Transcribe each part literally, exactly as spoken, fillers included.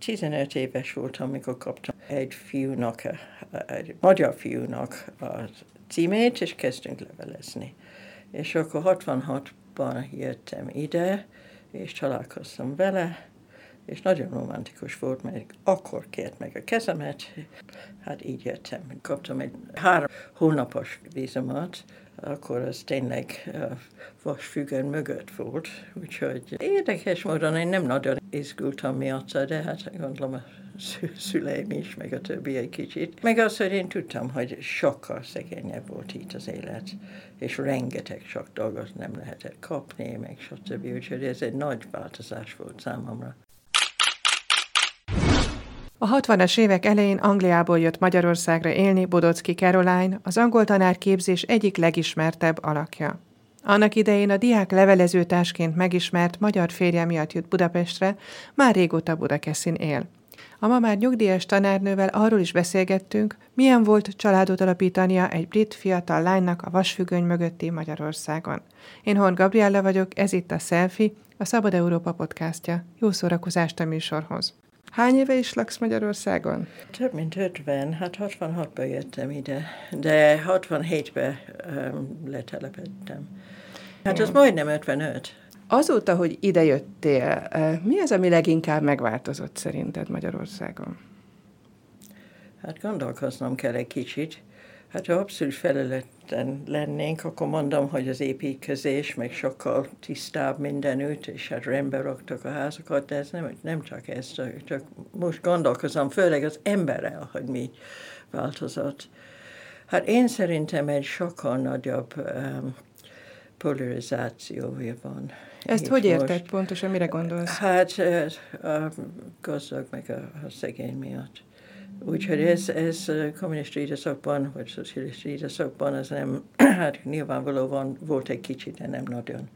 tizenöt éves voltam, amikor kaptam egy fiúnak, egy magyar fiúnak a címét, és kezdtünk levelezni. És akkor hatvanhatban jöttem ide, és találkoztam vele, és nagyon romantikus volt, mert akkor kért meg a kezemet, hát így jöttem. Kaptam egy három hónapos vízumot, akkor az tényleg uh, vasfüggöny mögött volt, úgyhogy érdekes módon én nem nagyon izgultam miatta, de hát gondolom a szüleim is, meg a többi egy kicsit. Meg az, hogy én tudtam, hogy sokkal szegényebb volt itt az élet, és rengeteg sok dolgot nem lehetett kapni, meg stb. Úgyhogy ez egy nagy változás volt számomra. A hatvanas évek elején Angliából jött Magyarországra élni Bodocki Caroline, az angol tanárképzés egyik legismertebb alakja. Annak idején a diák levelezőtársként megismert magyar férje miatt jött Budapestre, már régóta Budakeszin él. A ma már nyugdíjas tanárnővel arról is beszélgettünk, milyen volt családot alapítania egy brit fiatal lánynak a vasfüggöny mögötti Magyarországon. Én Horn Gabriella vagyok, ez itt a Selfie, a Szabad Európa podcastja. Jó szórakozást a műsorhoz! Hány éve is laksz Magyarországon? Több mint ötven, hát hatvanhatban jöttem ide, de hatvanhétben um, letelepedtem. Hát az majdnem ötvenöt. Azóta, hogy ide jöttél, mi az, ami leginkább megváltozott szerinted Magyarországon? Hát gondolkoznom kell egy kicsit. Hát ha abszolút felelőtlen lennénk, akkor mondom, hogy az építkezés meg sokkal tisztább mindenütt, és hát rendbe raktak a házakat, de ez nem, nem csak ez, csak, csak most gondolkozom, főleg az emberrel, hogy mi változott. Hát én szerintem egy sokkal nagyobb um, polarizációja van. Ezt hogy érted pontosan, mire gondolsz? Hát a gazdag meg a, a szegény miatt. Úgyhogy ez, ez kommunista időszakban, vagy szocialista időszakban, ez nem, hát nyilvánvalóan volt egy kicsit, de nem nagyon.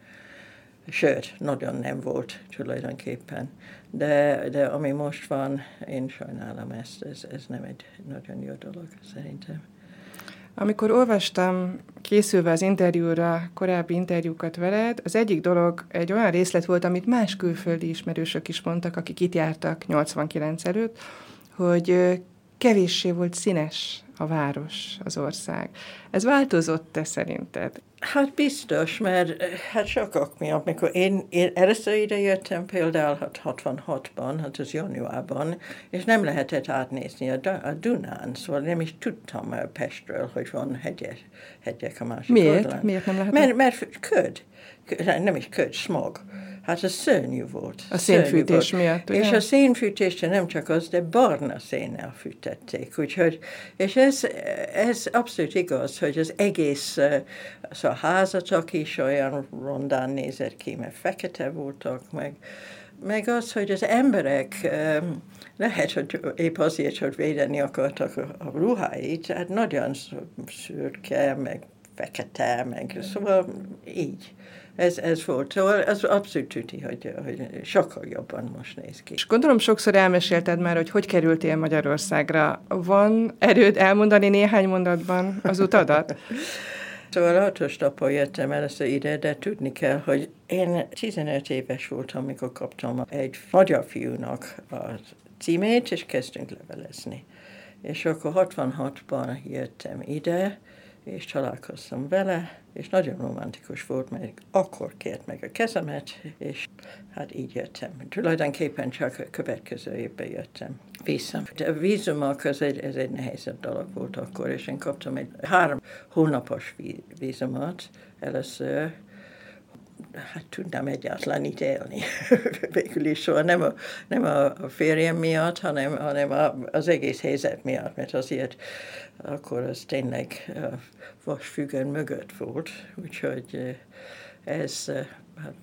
Sőt, nagyon nem volt tulajdonképpen. De, de ami most van, én sajnálom ezt, ez, ez nem egy nagyon jó dolog szerintem. Amikor olvastam készülve az interjúra, korábbi interjúkat veled, az egyik dolog egy olyan részlet volt, amit más külföldi ismerősök is mondtak, akik itt jártak nyolcvankilenc előtt, hogy kevéssé volt színes a város, az ország. Ez változott-e szerinted? Hát biztos, mert hát sokak miatt, mikor én, én először ide jöttem például hát hatvanhatban, hát az januárban, és nem lehetett átnézni a, a Dunán, szóval nem is tudtam Pestről, hogy van hegyek, hegyek a másik Miért? oldalán. Miért nem lehetett? Mert, mert köd, nem is köd, smog. Hát az szörnyű volt. A szénfűtés miatt, ugye? És a szénfűtésre nem csak az, de barna szénnel fűtették. Úgyhogy, és ez, ez abszolút igaz, hogy az egész szóval a házatok is olyan rondán nézett ki, mert fekete voltak, meg, meg az, hogy az emberek lehet, hogy épp azért, hogy védeni akartak a, a ruháit, hát nagyon szürke, meg fekete, meg szóval így. Ez, ez volt. Szóval az abszolút tűti, hogy, hogy sokkal jobban most néz ki. És gondolom sokszor elmesélted már, hogy hogy kerültél Magyarországra. Van erőd elmondani néhány mondatban az utadat? Szóval autostoppal jöttem először ide, de tudni kell, hogy én tizenöt éves voltam, amikor kaptam egy magyar fiúnak a címét, és kezdtünk levelezni. És akkor hatvanhatban jöttem ide, és találkoztam vele, és nagyon romantikus volt, mert akkor kért meg a kezemet, és hát így jöttem. Tulajdonképpen csak a következő évben jöttem vissza. De a vízumok, ez egy, ez egy nehézebb dolog volt akkor, és én kaptam egy három hónapos vízumot először, hát tudnám egyáltalán itt élni. Végül is szóval nem a, nem a férjem miatt, hanem, hanem a, az egész helyzet miatt, mert azért akkor az tényleg vasfüggöny mögött volt, úgyhogy ez hát,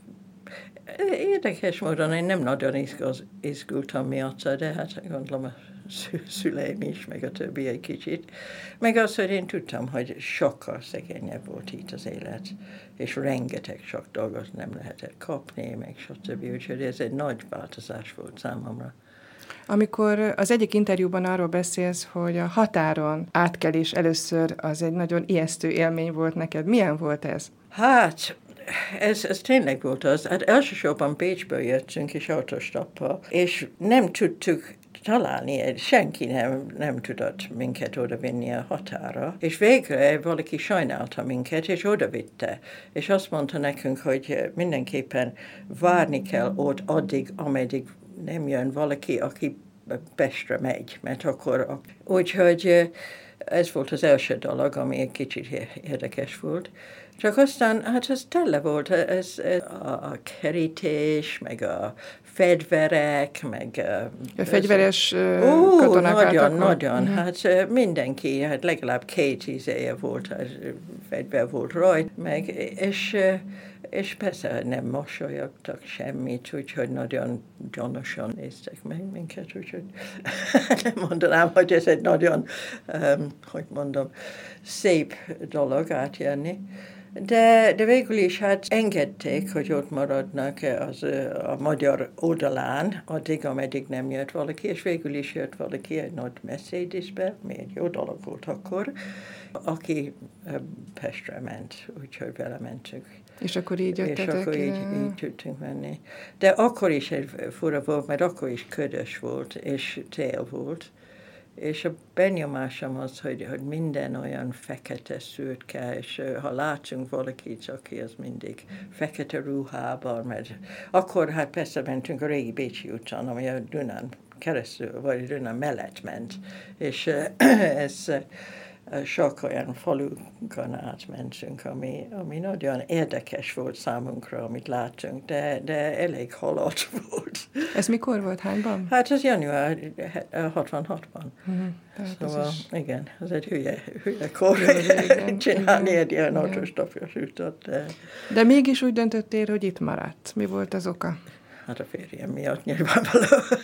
érdekes módon én nem nagyon izgaz, izgultam miatta, de hát gondolom a szüleim is, meg a többi egy kicsit. Meg az, hogy én tudtam, hogy sokkal szegényebb volt itt az élet, és rengeteg sok dolgot nem lehetett kapni, meg stb. Úgyhogy ez egy nagy változás volt számomra. Amikor az egyik interjúban arról beszélsz, hogy a határon átkelés először az egy nagyon ijesztő élmény volt neked. Milyen volt ez? Hát, ez, ez tényleg volt az. Hát elsősorban Pécsből jöttünk, és autostoppal, és nem tudtuk találni, senki nem, nem tudott minket odavinni a határa, és végre valaki sajnálta minket, és odavitte, és azt mondta nekünk, hogy mindenképpen várni kell ott addig, ameddig nem jön valaki, aki Pestre megy, mert akkor... Úgyhogy ez volt az első dolog, ami egy kicsit érdekes volt. Csak aztán, hát ez tele volt, ez, ez a, a kerítés, meg a fegyverek, meg... A fegyveres ez, ó, katonák nagyon, álltak, nagyon. Uh-huh. Hát mindenki, hát legalább két izéje volt, fegyver volt rajta, meg, és, és persze nem mosolyogtak semmit, úgyhogy nagyon gyanúsan néztek meg minket, úgyhogy nem mondanám, hogy ez egy nagyon, um, hogy mondom, szép dolog átjönni. De, de végül is hát engedték, hogy ott maradnak az, a magyar oldalán, addig, ameddig nem jött valaki, és végül is jött valaki egy nagy Mercedesbe, mi egy jó dolog volt akkor, aki Pestre ment, úgyhogy vele mentünk. És akkor így jöttetek? És akkor így, így tudtunk menni. De akkor is egy fura volt, mert akkor is ködös volt, és tél volt. És a benyomásom az, hogy, hogy minden olyan fekete szürke, és ha látsunk valakit, aki az mindig fekete ruhában, mert akkor hát persze mentünk a régi Bécsi utcán, ami a Dunán keresztül, vagy a Dunán mellett ment, és ez sok olyan falukon átmentünk, ami, ami nagyon érdekes volt számunkra, amit láttunk, de, de elég halott volt. Ez mikor volt? Hányban? Hát ez január hatvanhatban. Uh-huh. Szóval is... igen, ez egy hülye, hülye kor csinálni egy ilyen autostopos utat. De... de mégis úgy döntöttél, hogy itt maradt. Mi volt az oka? Hát a férjem miatt nyilvánvaló.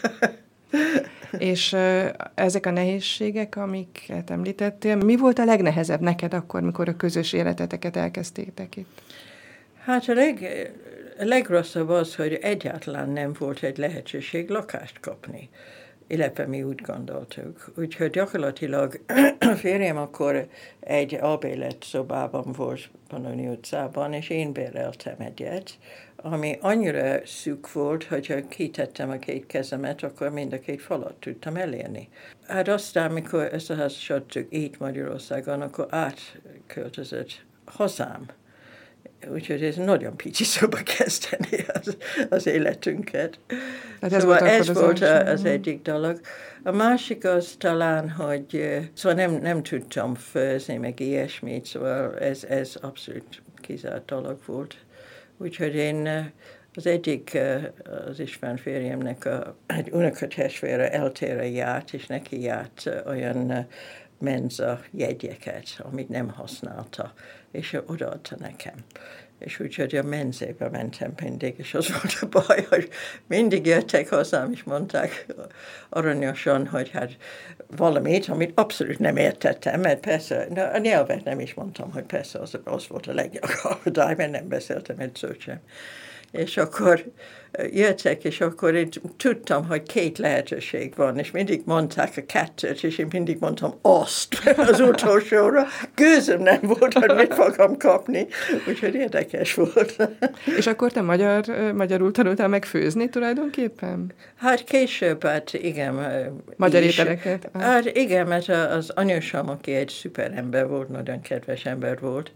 És uh, ezek a nehézségek, amiket említettél, mi volt a legnehezebb neked akkor, mikor a közös életeteket elkezdtétek itt? Hát a leg, legrosszabb az, hogy egyáltalán nem volt egy lehetőség lakást kapni, illetve mi úgy gondoltuk. Úgyhogy gyakorlatilag a férjem akkor egy albélet szobában volt Panoni utcában, és én béreltem egyet, ami annyira szűk volt, hogyha kitettem a két kezemet, akkor mind a két falat tudtam elérni. Hát aztán, mikor ezt a házasodtuk itt Magyarországon, akkor átköltözött hazám. Úgyhogy ez nagyon pici szoba kezdeni az, az életünket. Hát ez szóval volt, ez az, volt az, az egyik dolog. A másik az talán, hogy szóval nem, nem tudtam főzni, meg ilyesmit, szóval ez, ez abszolút kizárt dolog volt. Úgyhogy én az egyik, az István férjemnek a, egy unokatestvére eltére járt, és neki járt olyan menza jegyeket, amit nem használta, és odaadta nekem. És úgyhogy a menzébe mentem mindig, és az volt a baj, hogy mindig jöttek hozzám, és mondták aranyosan, hogy hát valamit, amit abszolút nem értettem, mert persze, a nyelvet nem is mondtam, hogy persze az, az volt a legjobb, mert nem beszéltem egy szót sem. És akkor jöttek, és akkor én tudtam, hogy két lehetőség van, és mindig mondták a kettőt, és én mindig mondtam azt az utolsóra. Gőzöm nem volt, hogy mit fogom kapni, úgyhogy érdekes volt. És akkor te magyar, magyarul tanultál meg főzni tulajdonképpen? Hát később, hát igen. Magyar ételeket? Hát igen, mert az anyósom, aki egy szuper ember volt, nagyon kedves ember volt,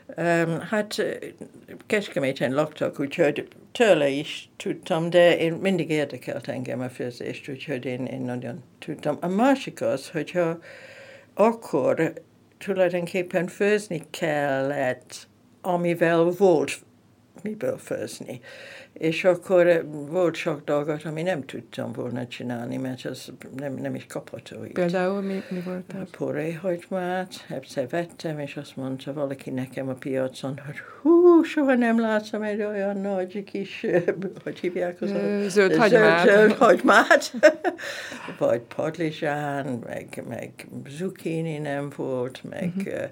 hát Kecskeméten laktak, úgyhogy tőle is tudtam, de én mindig érdekelt engem a főzést, úgyhogy én, én nagyon tudtam. A másik az, hogyha akkor tulajdonképpen főzni kellett, amivel volt miből főzni. És akkor volt sok dolgot, ami nem tudtam volna csinálni, mert az nem, nem is kapható itt. Például mi, mi volt az? Poréhagymát, egyszer vettem, és azt mondta valaki nekem a piacon, hogy hú, soha nem látszom egy olyan nagy kis, hogy hívják az a... Zöld hagymát. Zöld, zöld hagymát. Vagy padlizsán, meg, meg zucchini nem volt, meg... Uh-huh.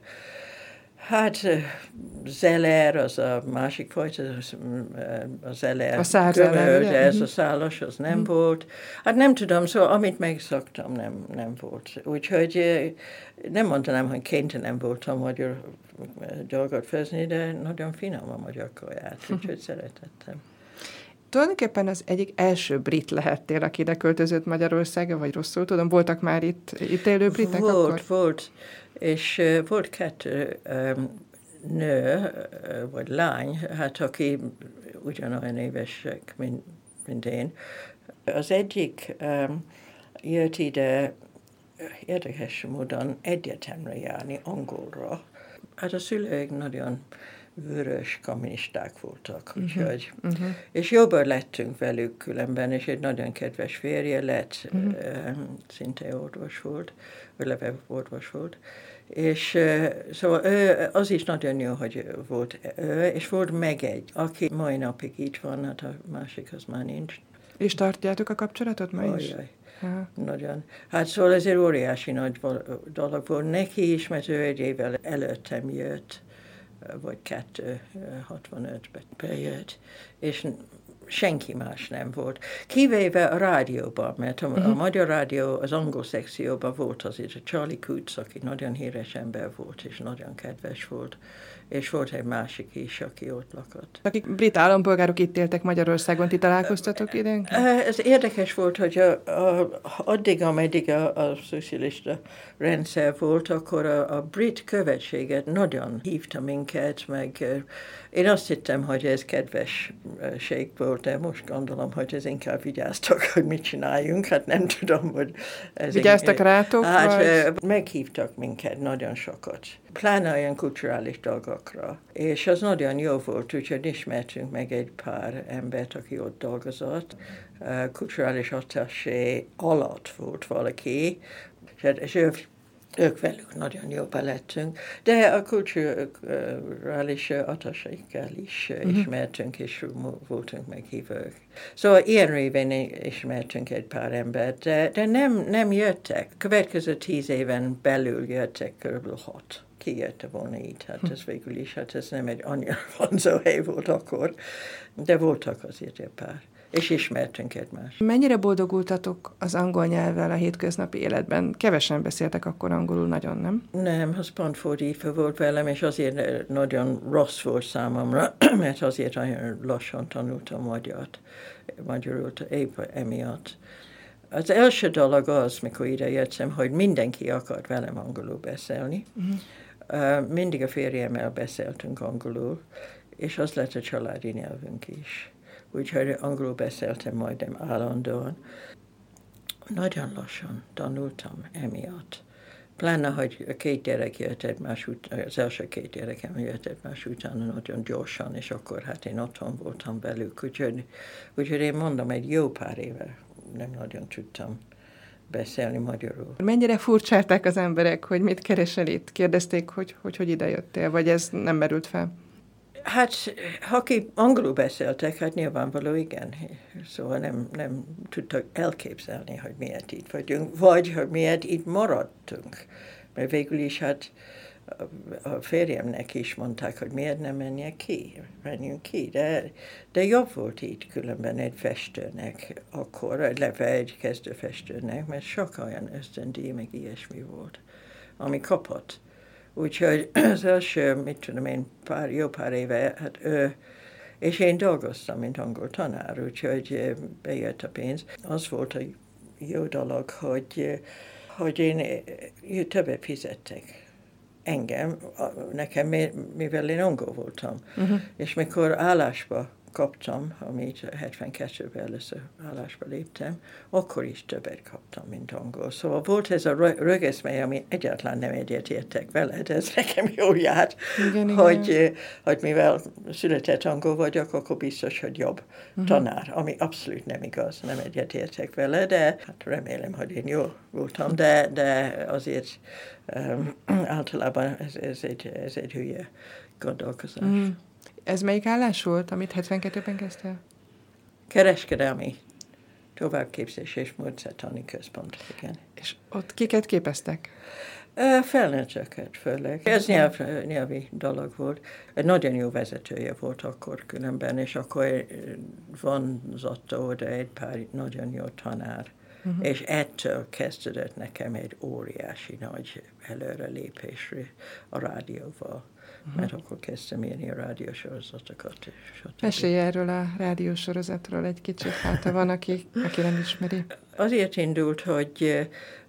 Hát zeller, az a másik fajta, az, a zeller, a szárzeller, de ez a szálas, az nem mm. volt. Hát nem tudom, szóval amit megszoktam, nem, nem volt. Úgyhogy nem mondanám, hogy kénytelen voltam magyar dolgot főzni, de nagyon finom a magyar kaját, úgyhogy szeretettem. Tulajdonképpen az egyik első brit lehettél, aki ide költözött Magyarországra, vagy rosszul tudom, voltak már itt, itt élő britek volt, akkor? Volt, volt, és uh, volt kettő um, nő, uh, vagy lány, hát aki ugyanolyan évesek, mint, mint én. Az egyik um, jött ide érdekes módon egyetemre járni, angolra. Hát a szüleik nagyon vörös kommunisták voltak, úgyhogy, uh-huh. Uh-huh. és jobban lettünk velük különben, és egy nagyon kedves férje lett, uh-huh. uh, szinte orvos volt, vagy leve orvos volt, és uh, szóval ő, az is nagyon jó, hogy volt ő, és volt meg egy, aki mai napig így van, hát a másik az már nincs. És tartjátok a kapcsolatot ma is? Ajaj. Aha. Nagyon. Hát szóval ez egy óriási nagy dolog volt neki is, mert ő egy évvel előttem jött, vagy kettő, hatvanötben bejött, és senki más nem volt. Kivéve a rádióban, mert a, uh-huh. a magyar rádió, az angol szekcióban volt azért a Charlie Coots, aki nagyon híres ember volt, és nagyon kedves volt, és volt egy másik is, aki ott lakott. Akik brit állampolgárok itt éltek Magyarországon, ti találkoztatok idén? Ez érdekes volt, hogy a, a, addig, ameddig a, a szocialista rendszer volt, akkor a, a brit követséget nagyon hívta minket, meg én azt hittem, hogy ez kedvesség volt, de most gondolom, hogy ez inkább vigyáztak, hogy mit csináljunk, hát nem tudom, hogy... Ez Vigyáztak in... rátok? Hát vagy? Meghívtak minket nagyon sokat, pláne olyan kulturális dolgokra, és az nagyon jó volt, úgyhogy ismertünk meg egy pár embert, aki ott dolgozott, kulturális attaché alatt volt valaki, és ő ők velük nagyon jobban lettünk, de a kulturális attasékkel is uh-huh. ismertünk, és voltunk meghívők. Szóval ilyen révén ismertünk egy pár embert, de, de nem, nem jöttek. Következő tíz éven belül jöttek körülbelül hat. Ki jötte volna így, hát ez végül is, hát ez nem egy annyira vonzó hely volt akkor, de voltak azért egy pár. És ismertünk egymást. Mennyire boldogultatok az angol nyelvvel a hétköznapi életben? Kevesen beszéltek akkor angolul nagyon, nem? Nem, az pont fordítva volt velem, és azért nagyon rossz volt számomra, mert azért nagyon lassan tanultam magyart, magyarul épp emiatt. Az első dolog az, mikor ide jöttem, hogy mindenki akart velem angolul beszélni. Uh-huh. Uh, mindig a férjemmel beszéltünk angolul, és az lett a családi nyelvünk is. Úgyhogy angolul beszéltem majdnem állandóan. Nagyon lassan tanultam emiatt. Pláne, hogy a két gyerek jött egymás után, az első két gyerekem jött egymás utána nagyon gyorsan, és akkor hát én otthon voltam velük. Úgyhogy, úgyhogy én mondom, egy jó pár éve nem nagyon tudtam beszélni magyarul. Mennyire furcsálták az emberek, hogy mit keresel itt? Kérdezték, hogy hogy, hogy ide jöttél, vagy ez nem merült fel? Hát, aki angolul beszéltek, hát nyilvánvaló igen. Szóval nem, nem tudtak elképzelni, hogy miért itt vagyunk, vagy hogy miért itt maradtunk. Mert végül is hát a férjemnek is mondták, hogy miért nem menjek ki, menjünk ki. De, de jobb volt itt különben egy festőnek akkor, illetve egy kezdőfestőnek, mert sok olyan ösztöndíj, meg ilyesmi volt, ami kapott. Úgyhogy az első, mit tudom én, pár, jó pár éve, hát ő, és én dolgoztam, mint angol tanár, úgyhogy bejött a pénz. Az volt a jó dolog, hogy, hogy én többet fizettek engem, nekem, mivel én angol voltam. Uh-huh. És mikor állásba kaptam, amit hetvenkettőben először állásba léptem, akkor is többet kaptam, mint angol. Szóval volt ez a rögeszmely, ami egyáltalán nem egyetértek vele, de ez nekem jól járt, igen, hogy, igen. hogy mivel született angol vagyok, akkor biztos, hogy jobb uh-huh. tanár, ami abszolút nem igaz, nem egyetértek vele, de hát remélem, hogy én jól voltam, de, de azért um, általában ez, ez, egy, ez egy hülye gondolkozás. Mm. Ez melyik állás volt, amit hetvenkettőben kezdtél? Kereskedelmi továbbképzés és módszertani központ, igen. És ott kiket képeztek? Felnőtteket főleg. Ez nyelv, nyelvi dolog volt. Egy nagyon jó vezetője volt akkor különben, és akkor vonzott oda egy pár nagyon jó tanár. Uh-huh. És ettől kezdődött nekem egy óriási nagy előrelépés a rádióval. uh-huh. mert akkor kezdtem írni a rádiósorozatokat. Mesélj erről a rádiósorozatról egy kicsit, hát ha van, aki, aki nem ismeri. Azért indult, hogy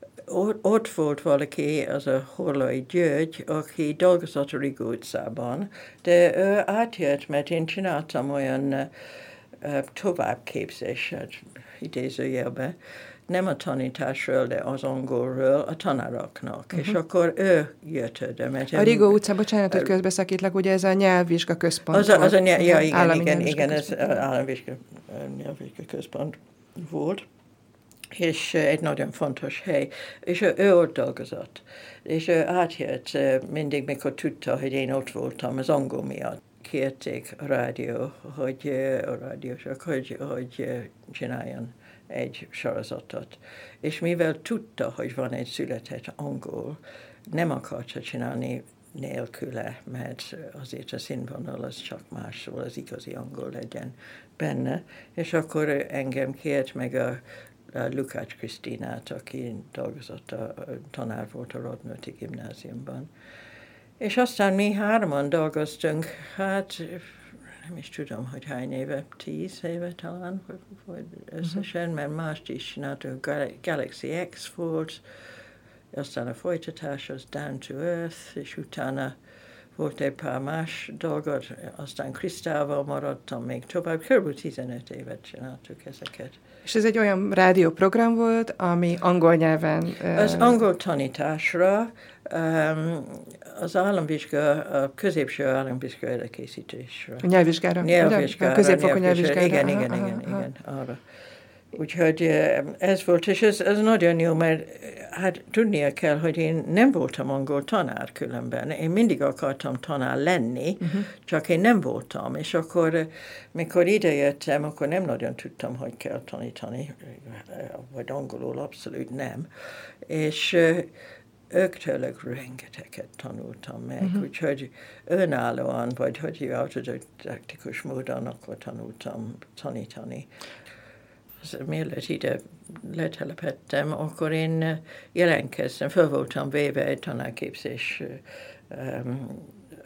ott volt valaki, az a Horlai György, aki dolgozott a Rigó utcában, de ő átjött, mert én csináltam olyan uh, továbbképzéset, idézőjelben, nem a tanításról, de az angolról, a tanároknak. Uh-huh. És akkor ő jött oda. Mert a Rigó utca, bocsánat, hogy közbeszakítlak, ugye ez a nyelvvizsga központ az a, az a nyelv, ja, igen, állami igen, igen, ez központ. államvizsga nyelvvizsga központ volt. És egy nagyon fontos hely. És ő, ő ott dolgozott. És ő átjött mindig, mikor tudta, hogy én ott voltam, az angol miatt. Kérték a rádió, hogy a rádiósok, hogy, hogy csináljon egy sorozatot. És mivel tudta, hogy van egy született angol, nem akarta csinálni nélküle, mert azért a színvonal az csak más, szóval az igazi angol legyen benne. És akkor engem kért meg a Lukács Krisztinát, aki dolgozott, a, a tanár volt a Radnóti gimnáziumban. És aztán mi hárman dolgoztunk, hát nem is tudom, hogy hány éve, tíz éve talán, vagy összesen, uh-huh. mert mást is csináltunk, Galaxy X volt, aztán a folytatás az Down to Earth, és utána volt egy pár más dolgot, aztán Krisztával maradtam még tovább, kb. tizenöt évet csináltuk ezeket. És ez egy olyan rádióprogram volt, ami angol nyelven... Az uh... angol tanításra, um, az államvizsga, a középső államvizsga előkészítésre. A nyelvvizsgára? Nyelvvizsgára. A középfokú nyelvvizsgára. Igen, aha, igen, aha, igen, aha. igen, arra. Úgyhogy ez volt, és ez, ez nagyon jó, mert hát tudnia kell, hogy én nem voltam angol tanár különben. Én mindig akartam tanár lenni, uh-huh. csak én nem voltam. És akkor, mikor idejöttem, akkor nem nagyon tudtam, hogy kell tanítani, vagy angolul abszolút nem. És ők tőlük rengeteget tanultam meg, uh-huh. úgyhogy önállóan, vagy hogy autodidaktikus módon akkor tanultam tanítani. Mielőtt ide letelepettem, akkor én jelentkeztem, föl voltam véve egy tanárképzés, um,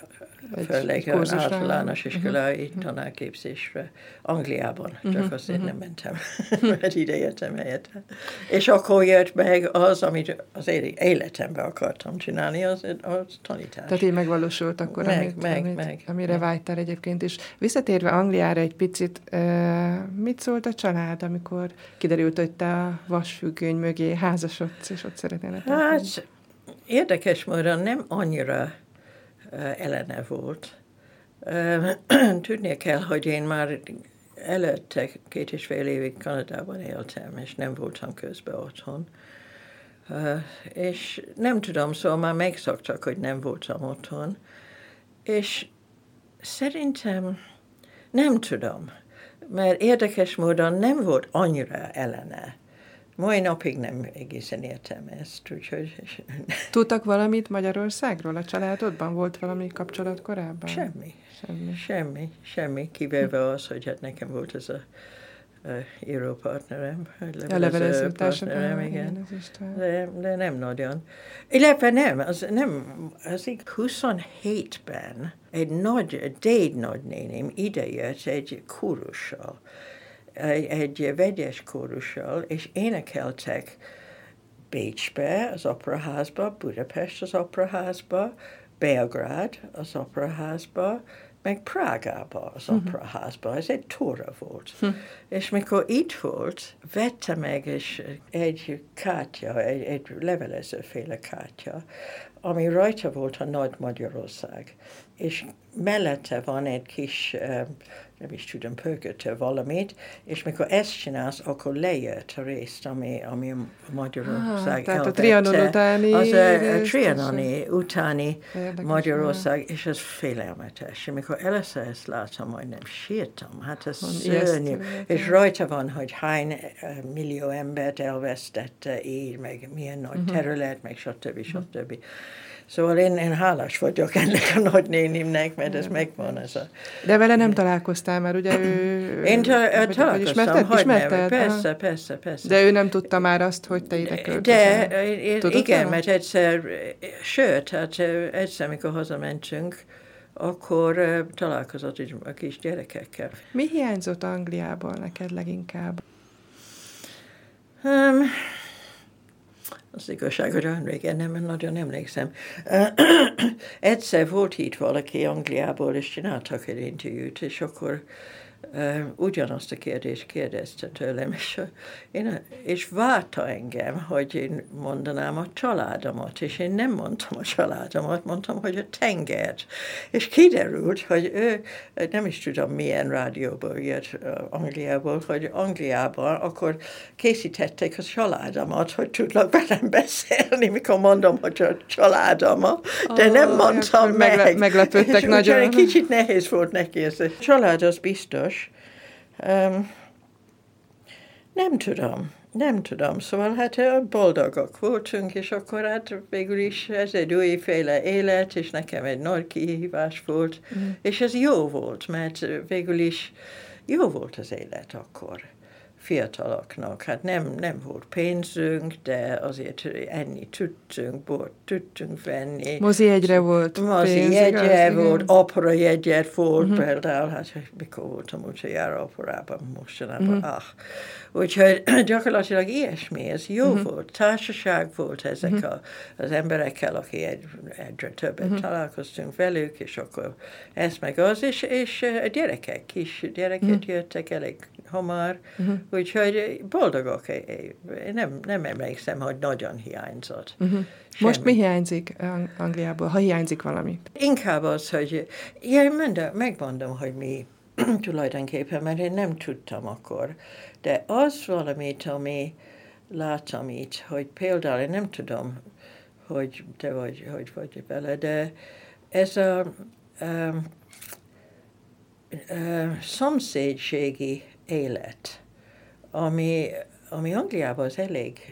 főleg az általános iskolai uh-huh. tanárképzésre Angliában, csak uh-huh. azért uh-huh. nem mentem, mert ide jöttem helyette. És akkor jött meg az, amit az életemben akartam csinálni, az, az tanítás. Tehát így megvalósult akkor, meg, amit, meg, amit, meg, amire meg. vágytál egyébként is. Visszatérve Angliára egy picit, uh, mit szólt a család, amikor kiderült, hogy te a vasfüggöny mögé házasodsz, és ott szeretnél? Hát, érdekes módon nem annyira ellene volt. Tudnia kell, hogy én már előtte két és fél évig Kanadában éltem, és nem voltam közben otthon. És nem tudom, szóval már megszoktak, hogy nem voltam otthon. És szerintem nem tudom, mert érdekes módon nem volt annyira ellene. Mai napig nem egészen értem ezt, úgyhogy... Tudtak valamit Magyarországról a családodban? Volt valami kapcsolat korábban? Semmi. Semmi. Semmi. Semmi. Kivéve az, hogy hát nekem volt ez a, a írópartnerem, a levelező partnerem, igen. De, de nem nagyon. Illetve nem, az nem, az így huszonhétben egy nagy, déd nagynéném idejött egy kórussal, Egy, egy vegyes kórussal, és énekeltek Bécsbe, az operaházba, Budapest az operaházba, Belgrád az operaházba, meg Prágába az uh-huh. operaházba. Ez egy tóra volt. Uh-huh. És mikor itt volt, vette meg és egy kártya, egy, egy levelezőféle kártya, ami rajta volt a Nagy Magyarország. És mellette van egy kis, nem is tudom, pörkötő valamit, és mikor ezt csinálsz, akkor lejött a részt, ami, ami a Magyarország ah, tehát a Trianon utáni... Az a, a Trianoni utáni érdekes, Magyarország, nem. És ez félelmetes. És mikor először ezt láttam, majdnem sírtam, hát ez szörnyű. És rajta van, hogy hány millió embert elvesztette így, meg milyen nagy uh-huh. terület, meg stb. stb. Szóval én, én hálás vagyok ennek a nagynénimnek, mert ez megvan. Ez a... De vele nem találkoztál, mert ugye ő... Én ta- találkoztam, ismerted? hogy ismerted? nem. Persze, persze, persze. De ő nem tudta már azt, hogy te ide költözel? De igen, mert egyszer, sőt, hát egyszer, mikor hazamentünk akkor uh, találkozott a kis gyerekekkel. Mi hiányzott Angliából neked leginkább? Um, az igazság, hogy olyan régen nem, nagyon emlékszem. Egyszer volt itt valaki Angliából, és csináltak egy interjút, és akkor uh, ugyanazt a kérdést kérdezte tőlem, és, uh, én, és várta engem, hogy én mondanám a családomat, és én nem mondtam a családomat, mondtam, hogy a tengert. És kiderült, hogy ő, nem is tudom milyen rádióból jött uh, Angliából, hogy Angliában akkor készítették a családomat, hogy tudlak velem beszélni, mikor mondom, hogy a családomat, de oh, nem mondtam meg. Megle- meglepődtek és nagyon. Egy kicsit nehéz volt neki ez. A család az biztos. Um, nem tudom, nem tudom. Szóval hát boldogak voltunk, és akkor hát végül is ez egy újféle élet, és nekem egy nagy kihívás volt, mm. és ez jó volt, mert végül is jó volt az élet akkor fiataloknak. Hát nem, nem volt pénzünk, de azért enni tudtunk, bort tudtunk venni. Mozi jegyre volt Mozi pénz, jegyre igaz? volt, opera jegyet volt, uh-huh. például, hát mikor voltam utoljára operában, mostanában, uh-huh. ah. Úgyhogy gyakorlatilag ilyesmi, ez jó uh-huh. volt, társaság volt ezek uh-huh. a, az emberekkel, aki egy, egyre többet uh-huh. találkoztunk velük, és akkor ez meg az, és, és a gyerekek, kis gyerekek uh-huh. jöttek elég hamar, uh-huh. úgyhogy boldogok. Én nem, nem emlékszem, hogy nagyon hiányzott. Uh-huh. Most mi hiányzik Angliából, ha hiányzik valamit? Inkább az, hogy ja, mondom, megmondom, hogy mi tulajdonképpen, mert én nem tudtam akkor. De az valamit, ami láttam itt, hogy például, én nem tudom, hogy te vagy, hogy vagy vele, de ez a, a, a szomszédségi élet, ami, ami Angliában az elég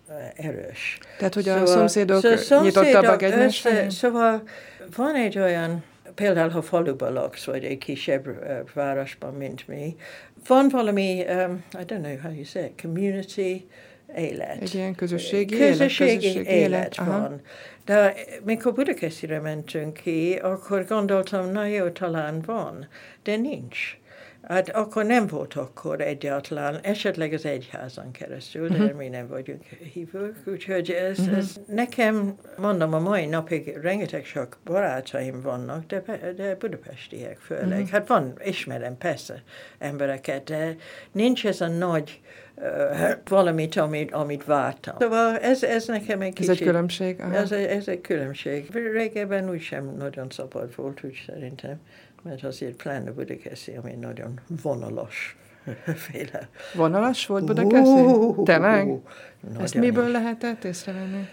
erős. Tehát, hogy szóval, a szomszédok, szóval nyitottabbak egymásra? Szóval van egy olyan, például ha faluban laksz, vagy egy kisebb uh, városban, mint mi, van valami, um, I don't know how you say it, community élet. Egy ilyen közösségi, közösségi élet, közösségi élet, élet van. Aha. De mikor Budakeszire mentünk ki, akkor gondoltam, na jó, talán van, de nincs. Hát akkor nem volt akkor egyáltalán, esetleg az egyházan keresztül, de uh-huh. mi nem vagyunk hívők, úgyhogy ez, uh-huh. ez nekem, mondom, a mai napig rengeteg sok barátaim vannak, de, de budapestiek főleg. Uh-huh. Hát van, ismerem persze embereket, de nincs ez a nagy uh, valamit, amit, amit vártam. Szóval ez, ez nekem egy kicsit... Ez egy különbség? Ez, ez egy különbség. Régebben úgy sem nagyon szabad volt, úgy szerintem. Mert azért pláne Budakeszi, ami nagyon vonalas féle. Vonalas volt Budakeszi? Tényleg? Ezt miből is. lehetett észrevenni?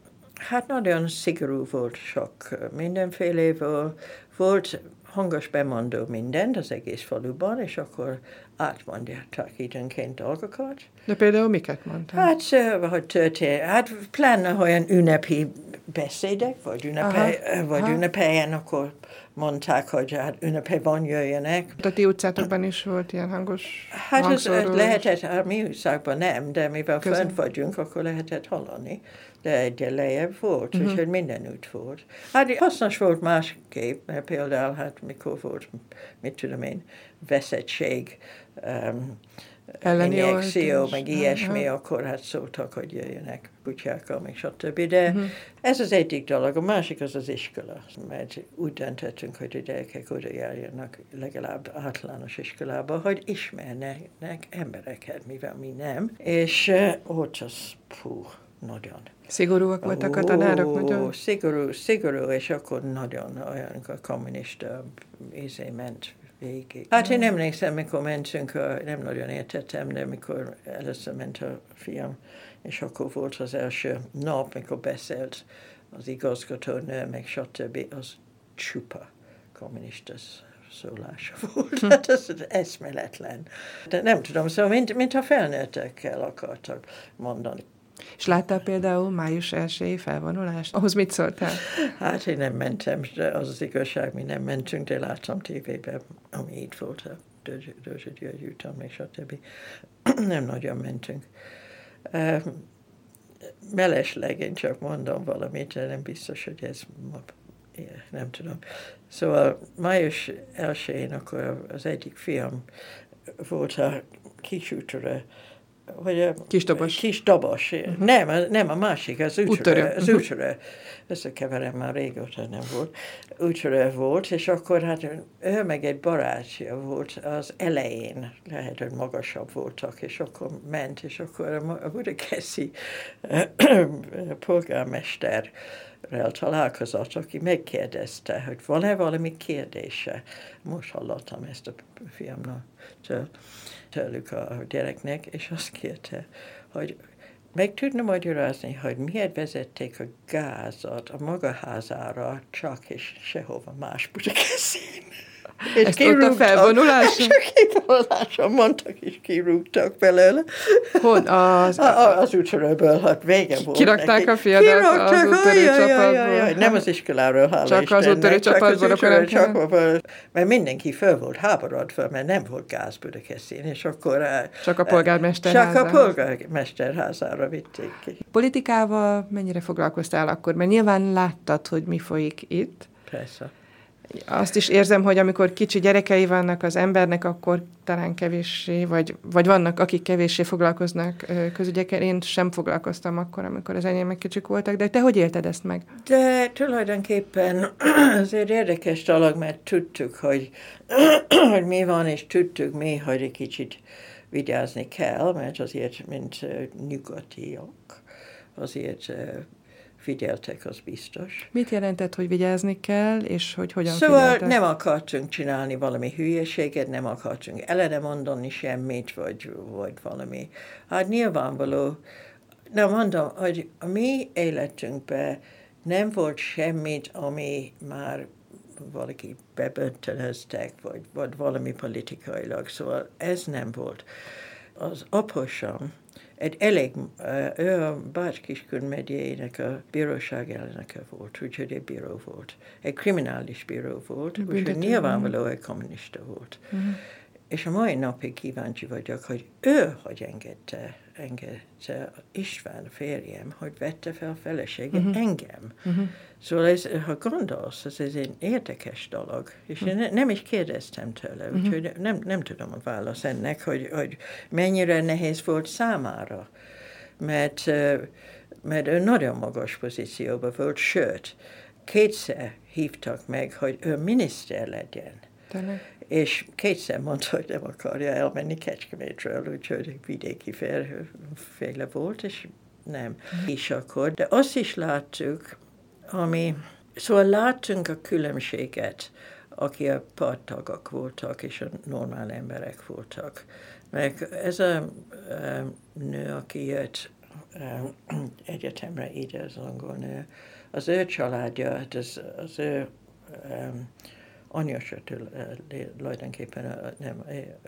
Hát nagyon szigorú volt sok mindenfélével. Volt hangos bemondó mindent az egész faluban, és akkor átmondják időnként dolgokat. De például miket mondták? Hát, hogy történt, hát pláne olyan ünnepi beszédek, vagy, ünnepel, aha, vagy aha. ünnepeljen, akkor mondták, hogy hát ünnepel van, jöjjenek. A ti utcátokban is volt ilyen hangos Hát ez lehetett, a mi utcákban nem, de mivel fönt vagyunk, akkor lehetett hallani. De egyre lejjebb volt, uh-huh. úgyhogy mindenütt volt. Hát hasznos volt másképp, mert például hát mikor volt, mit tudom én, veszettség, um, injekció, meg ilyesmi, uh-huh. akkor hát szóltak, hogy jöjjenek kutyákkal, meg stb. De uh-huh. ez az egyik dolog, a másik az az iskola, mert úgy döntöttünk, hogy a gyerekek oda járjanak legalább általános iskolába, hogy ismernek embereket, mivel mi nem, és uh, ott az, pú, nagyon. Szigorúak voltak a tanárok? Nagyon? Szigorú, szigorú, és akkor nagyon olyan a kommunista izé ment végig. Hát én emlékszem, mikor mentünk, nem nagyon értettem, de mikor először ment a fiam, és akkor volt az első nap, mikor beszélt az igazgatónő, meg stb. Az csupa kommunista szólása volt. Hát ez eszméletlen. De nem tudom, szóval mint, mint a felnőttekkel akartak mondani. És láttál például május elsői felvonulást? Ahhoz mit szóltál? Hát én nem mentem, de az az igazság, mi nem mentünk, de láttam tévében, ami itt volt, a Dózsa György úton, meg stb. Nem nagyon mentünk. Mellesleg én csak mondom valamit, de nem biztos, hogy ez Igen, nem tudom. Szóval május elsején akkor az egyik fiam volt a kisútőre, vagy a kis dobos. Kis dobos. Uh-huh. Nem, nem, a másik, az úttörő. Az úttörő. Összekeverem, már régóta nem volt. Úttörő volt, és akkor hát ő meg egy barátja volt az elején, lehet, hogy magasabb voltak, és akkor ment, és akkor a budakeszi polgármesterrel találkozott, aki megkérdezte, hogy van-e valami kérdése. Most hallottam ezt a fiamnak tőlük a gyereknek, és azt kérte, hogy meg tudna magyarázni, hogy miért vezették a gázat a maga házára csak és sehova más Budakeszin. És ezt ott a felvonuláson? Csak kivonuláson mondtak, és kirúgtak belőle. Hol? Az, a, az úttörőből, hát vége volt. Kirakták a fiadat az úttörő csapatból? Nem az iskoláról, hála Csak Istennek, az úttörő csapatból, akkor nem csapatból, mert mindenki föl volt háborodva, mert nem volt gáz Budakeszin, és akkor csak a polgármester Csak házára. a polgármester házára vitték ki. Politikával mennyire foglalkoztál akkor? Mert nyilván láttad, hogy mi folyik itt. Persze. Azt is érzem, hogy amikor kicsi gyerekei vannak az embernek, akkor talán kevéssé, vagy, vagy vannak, akik kevéssé foglalkoznak közügyekkel. Én sem foglalkoztam akkor, amikor az enyémek kicsik voltak, de te hogy élted ezt meg? De tulajdonképpen azért érdekes dolog, mert tudtuk, hogy, hogy mi van, és tudtuk mi, hogy egy kicsit vigyázni kell, mert azért, mint nyugatiak, azért figyeltek, az biztos. Mit jelentett, hogy vigyázni kell, és hogy hogyan szóval figyeltek? Nem akartunk csinálni valami hülyeséget, nem akartunk ellene mondani semmit, vagy, vagy valami. Hát nyilvánvaló, nem mondom, hogy a mi életünkben nem volt semmit, ami már valaki bebörtönöztek, vagy, vagy valami politikailag, szóval ez nem volt. Az apusom egy elég, ő a Bács-Kiskun megyének a bíróság elnöke volt, úgyhogy egy bíró volt. Egy kriminális bíró volt, úgyhogy nyilvánvaló egy kommunista volt. Uh-huh. És a mai napig kíváncsi vagyok, hogy ő hogy engedte, engedte István férjem, hogy vette fel a feleséget uh-huh. engem. Uh-huh. Szóval ez, ha gondolsz, ez, ez egy érdekes dolog, és uh-huh. én nem is kérdeztem tőle, uh-huh. úgyhogy nem, nem tudom a válasz ennek, hogy, hogy mennyire nehéz volt számára, mert, mert ő nagyon magas pozícióban volt, sőt, kétszer hívtak meg, hogy ő miniszter legyen. Tényleg? És kétszer mondta, hogy nem akarja elmenni Kecskemétről, úgyhogy vidéki fél, féle volt, és nem. Mm. És akkor, de azt is láttuk, ami, szóval láttunk a különbséget, aki a párttagok voltak, és a normál emberek voltak. Meg ez a, a nő, aki jött egyetemre ide, az angol nő, az ő családja, az, az ő um, anyósa tulajdonképpen, nem,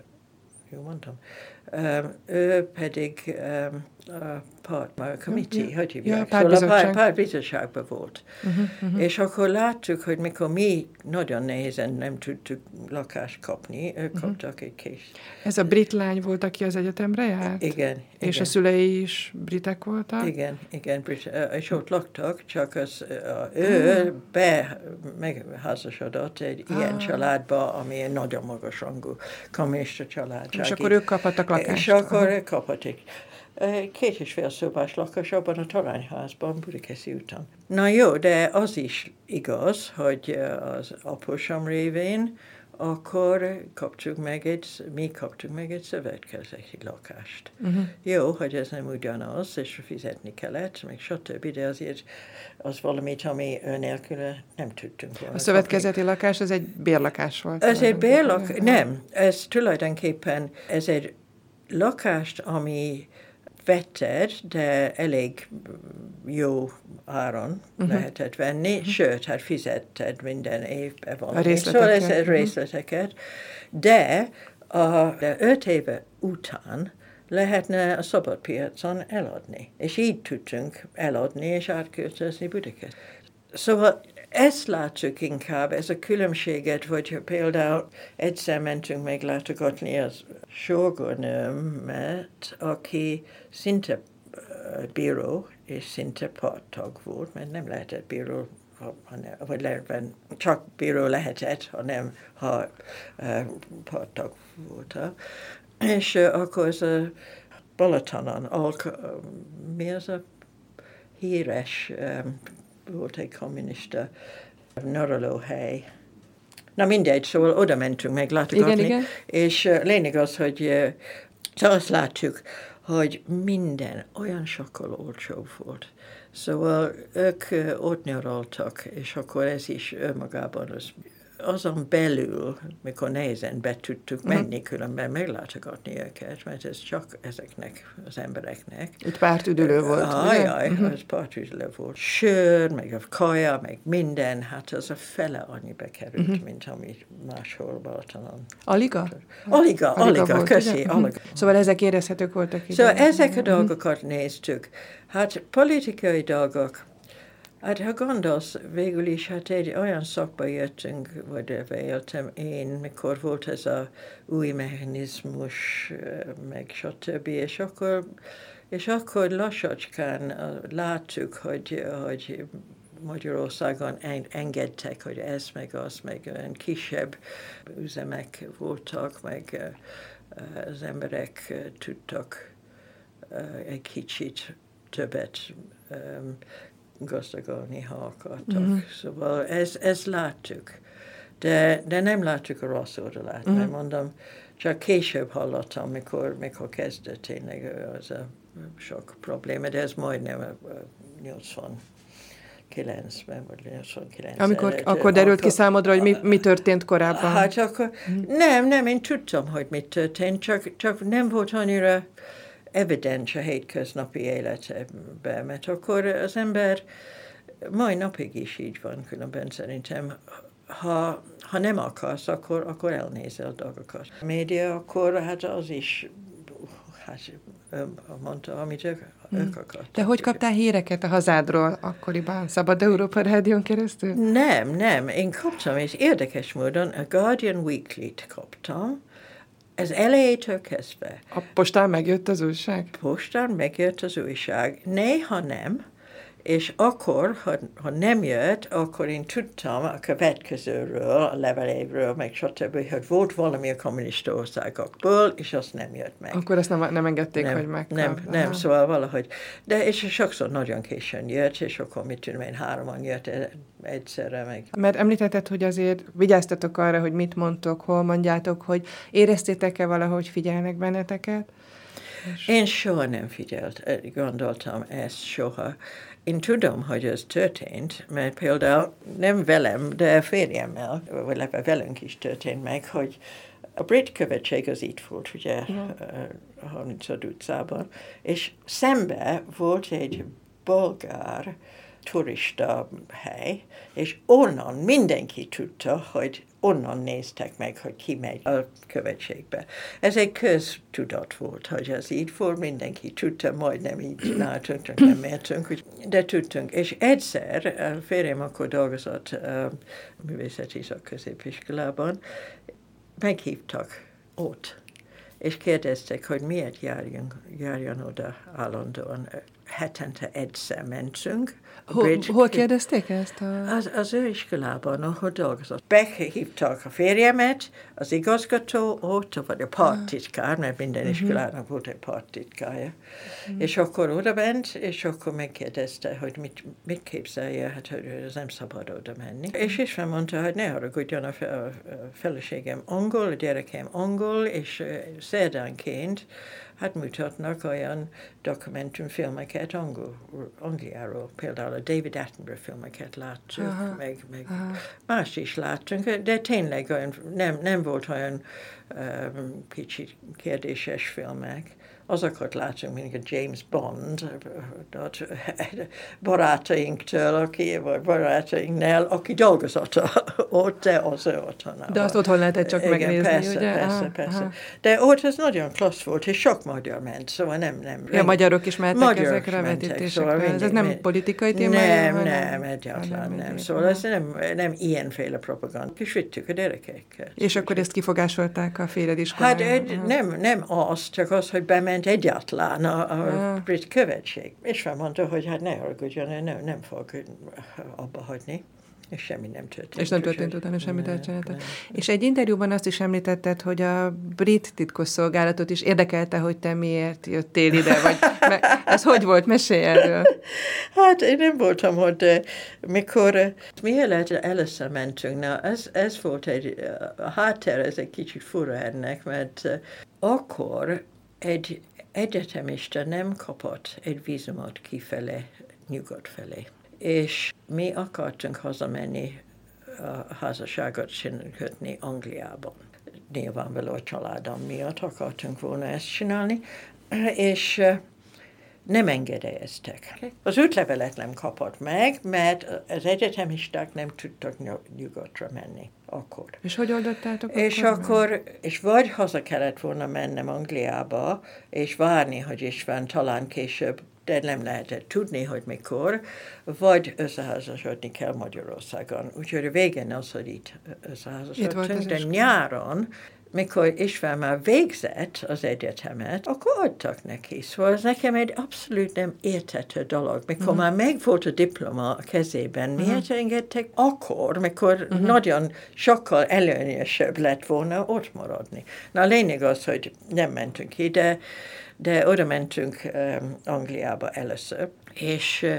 jó mondtam, um, ő pedig um, a part, a committee, ja, hogy hívják, ja, szóval a pártbizottságban volt. Uh-huh, uh-huh. És akkor láttuk, hogy mikor mi nagyon nehézen nem tudtuk lakást kapni, ők uh-huh. kaptak egy kés. Ez a brit lány volt, aki az egyetemre járt? Igen. És igen. a szülei is britek voltak? Igen, igen, brit, és ott laktak, csak az, ő uh-huh. be megházasodott egy uh-huh. ilyen családba, ami egy nagyon magas rangú kommunista család. És akkor ők kaphattak lakást? És akkor uh-huh. kaphattak. Két és fél szobás lakás abban a Toronyházban, Budakeszi úton. Na jó, de az is igaz, hogy az apusom révén akkor kaptuk meg egy, mi kaptuk meg egy szövetkezeti lakást. Uh-huh. Jó, hogy ez nem ugyanaz, és fizetni kellett, meg stb., de azért az valamit, ami ő nélkül nem tudtunk volna. A szövetkezeti kapni. Lakás, ez egy bérlakás volt? Ez egy bérlakás, nem, ez tulajdonképpen, ez egy lakást, ami vetted, de elég jó áron uh-huh. lehetett venni, uh-huh. sőt, hát fizetted minden évben valami. A részleteket. Szóval ez a részleteket. De a de öt éve után lehetne a szabadpiacon eladni. És így tudtunk eladni és átköltözni Budakeszt. Szóval ezt látjuk inkább, ez a különbséget, hogy például egyszer mentünk meglátogatni az sorgonőmet, aki szinte bíró és szinte párttag volt, mert nem lehetett bíró ha, ha ne, vagy lehetben csak bíró lehetett, ha nem, ha uh, partag voltak. És uh, akkor az a Balatonon, alk, uh, mi az a híres, um, volt egy kommunista nyaralóhely. Na mindegy, szóval oda mentünk meg látogatni, igen, igen. És uh, lényeg az, hogy uh, szóval azt látjuk, hogy minden olyan sokkal olcsóbb volt. Szóval ők uh, ott nyaraltak, és akkor ez is önmagában az, azon belül, mikor nehezen be tudtuk menni, különben meglátogatni őket, mert ez csak ezeknek az embereknek. Itt pártüdülő volt, Ajaj, uh-huh. az pártüdülő volt. Sör, meg a kaja, meg minden, hát az a fele annyibe került, uh-huh. mint ami máshol Balatonon. Aliga? Aliga, Aliga, Aliga volt, köszi, uh-huh. Aliga. Szóval ezek érezhetők voltak ide. Szóval ezek a dolgokat uh-huh. néztük. Hát politikai dolgok, hát ha gondolsz, végül is hát egy olyan szakba jöttünk, vagy éltem én, mikor volt ez a új mechanizmus, meg stb. És akkor, és akkor lassacskán láttuk, hogy, hogy Magyarországon engedtek, hogy ez, meg az, meg olyan kisebb üzemek voltak, meg az emberek tudtak egy kicsit többet gazdagolni, ha akartak. Mm-hmm. Szóval ez, ez láttuk. De, de nem láttuk a rossz oldalát, mm-hmm. mert mondom, csak később hallottam, mikor, mikor kezdett tényleg az a sok probléma, de ez majdnem nyolcvankilencben, vagy nyolcvankilencben. Amikor akkor derült ki számodra, hogy mi, mi történt korábban? Hát akkor, mm-hmm. nem, nem, én tudtam, hogy mi történt, csak, csak nem volt annyira evidens a hétköznapi életben, mert akkor az ember mai napig is így van, különben szerintem, ha, ha nem akarsz, akkor, akkor elnézel a dolgokat. A média akkor, hát az is, hát mondta, amit ők, hmm. ők akartak. De hogy kaptál híreket a hazádról akkoriban? Szabad Európa Rádión keresztül? Nem, nem, én kaptam, és érdekes módon a Guardian Weekly-t kaptam, ez elejétől kezdve. A postán megjött az újság? Postán megjött az újság. Néha nem, és akkor, ha, ha nem jött, akkor én tudtam a következőről, a levelévről, meg stb., hogy volt valami a kommunista országokból, és azt nem jött meg. Akkor ezt nem, nem engedték, nem, hogy megkap. Nem, nem, szóval valahogy. De és sokszor nagyon későn jött, és akkor mit tudom én, hároman jött egyszerre meg. Mert említetted, hogy azért vigyáztatok arra, hogy mit mondtok, hol mondjátok, hogy éreztétek-e valahogy figyelnek benneteket? És... Én soha nem figyelt, gondoltam ezt soha. Én tudom, hogy ez történt, mert például nem velem, de férjemmel, vagy velünk is történt meg, hogy a brit követség az itt volt, ugye, a harmincad utcában, és szembe volt egy bolgár turista hely, és onnan mindenki tudta, hogy onnan néztek meg, hogy ki megy a követségbe. Ez egy köztudat volt, hogy ez így volt, mindenki tudta, majdnem így csináltunk, csak nem mértünk, de tudtunk. És egyszer, a férjem akkor dolgozott a művészeti szakközépiskolában, meghívtak ott, és kérdeztek, hogy miért járjunk, járjon oda állandóan. Hetente egyszer mentünk. Hol, hol kérdezték ezt? A... Az, az ő iskolában, ahol dolgozott. Behívtak a férjemet, az igazgató ott, vagy a parttitkár, mert minden iskolának uh-huh. volt egy parttitkája. Uh-huh. És akkor oda ment, és akkor megkérdezte, hogy mit, mit képzelje, hát hogy ez nem szabad oda menni. Uh-huh. És István mondta, hogy ne haragudjon, a feleségem angol, a gyerekem angol, és szerdánként hát mutatnak olyan dokumentumfilmeket angol, Angliáról. Például a David Attenborough filmeket láttuk, aha, meg, meg más is láttunk, de tényleg olyan, nem, nem volt olyan um, kicsit kérdéses filmek. Azokat látunk, mint a James Bond, barátainktől, aki, vagy barátainknál, aki dolgozott ott, de az ő otthonában. De azt otthon lehetett csak igen, megnézni, persze, ugye? Persze, aha, persze. Aha. De ott ez nagyon klassz volt, és sok magyar ment, szóval nem... nem ja, magyarok is mentek ezekre a vetítésekre. Szóval ez, ez nem politikai témája? Nem, nem, egyáltalán nem. nem. Szóval ez nem, nem ilyenféle propaganda. És vittük a gyerekekkel. És akkor ezt kifogásolták a félred iskolájában? Hát nem, nem az, csak az, hogy bement ment egyáltalán a, a brit követség. És felmondta, hogy hát ne haragudjon, nem, nem fog abba hagyni. És semmi nem történt. És nem történt utána semmi történet. És egy interjúban azt is említetted, hogy a brit titkosszolgálatot is érdekelte, hogy te miért jöttél ide, vagy ez hogy volt? Mesélj erről. Hát én nem voltam ott, de mikor mielőtt először mentünk, na, ez, ez volt egy, a háttér, ez egy kicsit fura ennek, mert akkor egy egyetemista nem kapott egy vízumot kifele, nyugat felé. És mi akartunk hazamenni, a házasságot kötni Angliában. Nyilvánvaló a családom miatt akartunk volna ezt csinálni, és nem engedélyeztek. Az útlevelet nem kapott meg, mert az egyetemisták nem tudtak nyugatra menni akkor. És hogy oldottátok és akkor? akkor és vagy haza kellett volna mennem Angliába, és várni, hogy is van, talán később, de nem lehetett tudni, hogy mikor, vagy összeházasodni kell Magyarországon. Úgyhogy a végén az, hogy itt összeházasodtunk, de nyáron, mikor István már végzett az egyetemet, akkor adtak neki. Szóval ez nekem egy abszolút nem érthető dolog. Mikor uh-huh. már megvolt a diploma a kezében, uh-huh. miért engedtek akkor, mikor uh-huh. nagyon sokkal előnyösebb lett volna ott maradni. Na a lényeg az, hogy nem mentünk ide, de oda mentünk um, Angliába először, és, uh,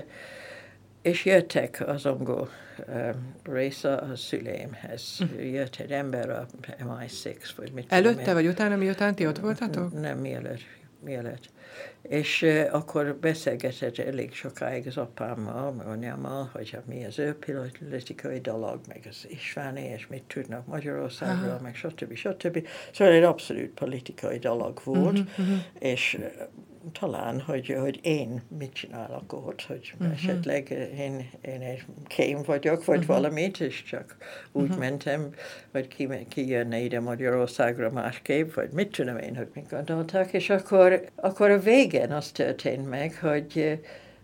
és jöttek az angol um, része a szüleimhez. Uh-huh. Jött egy ember a em i hat, vagy mit Előtte tudom, vagy utána, miután ti ott voltatok? Nem, mielőtt. mielőtt. És uh, akkor beszélgetett elég sokáig az apámmal, anyámmal, hogy mi az ő politikai dolog, meg az Istváné, és mit tudnak Magyarországról, aha. meg stb. stb. Szóval egy abszolút politikai dolog volt, uh-huh, uh-huh. és uh, talán, hogy, hogy én mit csinálok ott, hogy uh-huh. esetleg én, én egy kém vagyok, vagy uh-huh. valamit, és csak úgy uh-huh. mentem, hogy ki, ki jönne ide Magyarországra másképp, vagy mit tudom én, hogy mit gondoltak, és akkor, akkor a végén az történt meg, hogy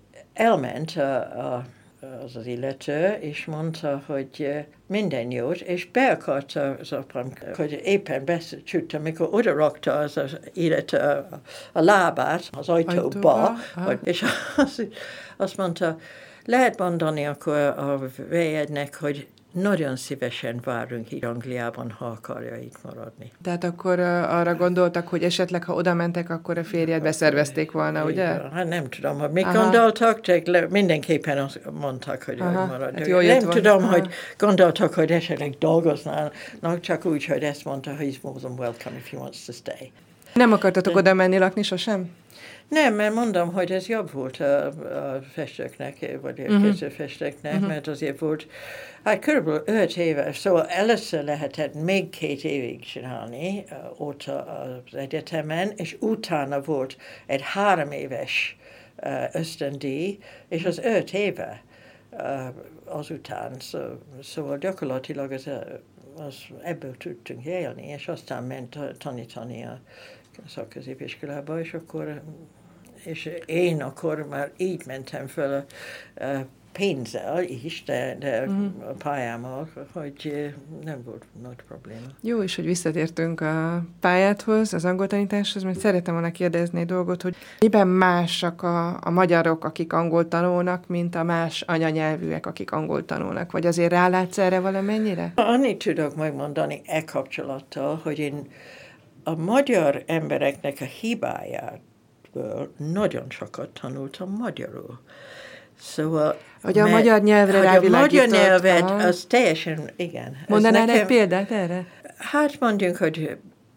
elment a, a az az illető, és mondta, hogy minden jót, és be akarta az apám, hogy éppen beszéltünk, amikor oda rakta az, az illető a, a lábát az ajtóba, hogy, és azt, azt mondta, lehet mondani akkor a véjednek, hogy nagyon szívesen várunk itt Angliában, ha akarja itt maradni. Tehát akkor uh, arra gondoltak, hogy esetleg, ha oda mentek, akkor a férjed beszervezték volna, ugye? Hát nem tudom, hogy mit aha. gondoltak, csak le, mindenképpen azt mondtak, hogy maradni. Hát nem van. tudom, aha. hogy gondoltak, hogy esetleg dolgoznának, csak úgy, hogy ezt mondta, hogy he's more than welcome if he wants to stay. Nem akartatok de... oda menni lakni sosem? Nem, mert mondom, hogy ez jobb volt a, a festőknek, vagy a uh-huh. kézőfestőknek, uh-huh. mert azért volt, hát körülbelül öt éve, szóval először lehetett még két évig csinálni uh, ott az egyetemen, és utána volt egy három éves uh, ösztöndíj, és az öt éve uh, azután, szó, szóval gyakorlatilag az, az ebből tudtunk élni, és aztán ment tanítani a szakközépiskolába, és akkor és én akkor már így mentem föl a, a pénzzel is, de, de mm. a pályámmal, hogy nem volt nagy probléma. Jó is, hogy visszatértünk a pályádhoz, az angol tanításhoz, mert szeretem volna kérdezni egy dolgot, hogy miben másak a, a magyarok, akik angol tanulnak, mint a más anyanyelvűek, akik angol tanulnak? Vagy azért rálátsz erre valamennyire? Annyit tudok megmondani e kapcsolattal, hogy én a magyar embereknek a hibájából nagyon sokat tanultam magyarul. Szóval... Hogy a magyar nyelvre rávilágított. A magyar nyelvet, aha. az teljesen, igen. Mondanál nekem, egy példát erre? Hát mondjunk, hogy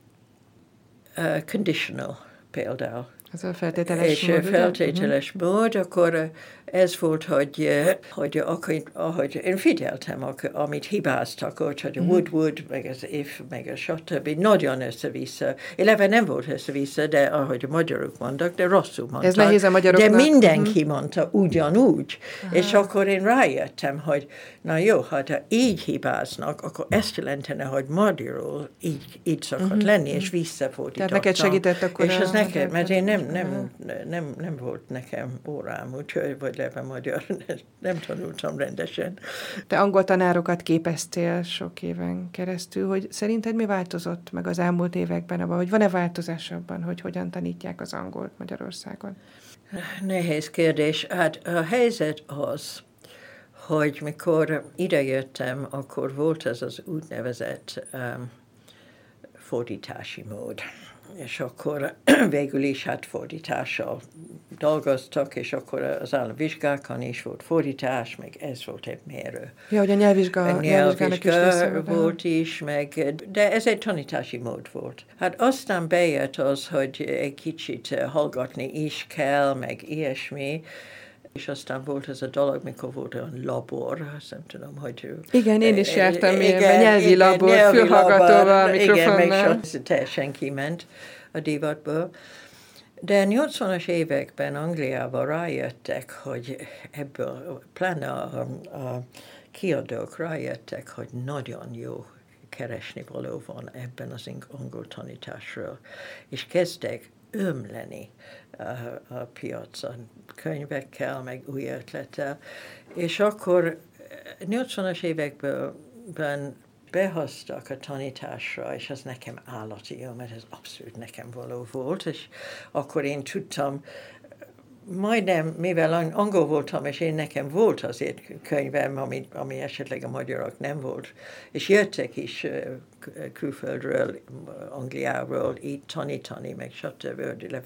uh, conditional például. Ez a feltételes és mód, feltételes ugye? mód, akkor ez volt, hogy, hogy ahogy én figyeltem, amit hibáztak ott, hogy a uh-huh. would, would, meg az if, meg a stb. Nagyon össze-vissza. Illetve nem volt össze-vissza, de ahogy a magyarok mondtak, de rosszul mondtak. Ez nehéz a magyaroknak. De mindenki uh-huh. mondta ugyanúgy. Aha. És akkor én rájöttem, hogy na jó, ha így hibáznak, akkor ezt jelentene, hogy magyarul így, így szokott uh-huh. lenni, és visszafordítottam. Tehát neked segített akkor és ez neked, mert én nem nem, nem, nem, nem volt nekem órám, úgyhogy vagy leve magyar, nem tanultam rendesen. Te angol tanárokat képeztél sok éven keresztül, hogy szerinted mi változott meg az elmúlt években abban, hogy van-e változás abban, hogy hogyan tanítják az angolt Magyarországon? Nehéz kérdés. Hát a helyzet az, hogy mikor idejöttem, akkor volt ez az úgynevezett um, fordítási mód. És akkor végül is hát fordítással dolgoztak, és akkor az államvizsgákon is volt fordítás, meg ez volt egy mérő. Ja, hogy a nyelvvizsga, a nyelvvizsgának is volt is, meg, de ez egy tanítási mód volt. Hát aztán bejött az, hogy egy kicsit hallgatni is kell, meg ilyesmi, és aztán volt ez a dolog, mikor volt olyan labor, azt nem tudom, hogy... Igen, én is jártam ilyenben, nyelvi igen, labor, nyelvi fülhallgatóval, mikrofonnal. Igen, még teljesen kiment a divatból. De nyolcvanas években Angliában rájöttek, hogy ebből, pláne a, a kiadók rájöttek, hogy nagyon jó keresni való van ebben az angol tanításról. És kezdtek ömleni a, a piacon könyvekkel, meg új ötlettel. És akkor nyolcvanas években behoztak a tanításra, és ez nekem állati jó, mert ez abszolút nekem való volt, és akkor én tudtam, majdnem, mivel angol voltam, és én nekem volt azért könyvem, ami, ami esetleg a magyarok nem volt, és jöttek is külföldről, Angliáról így tanítani, meg stb.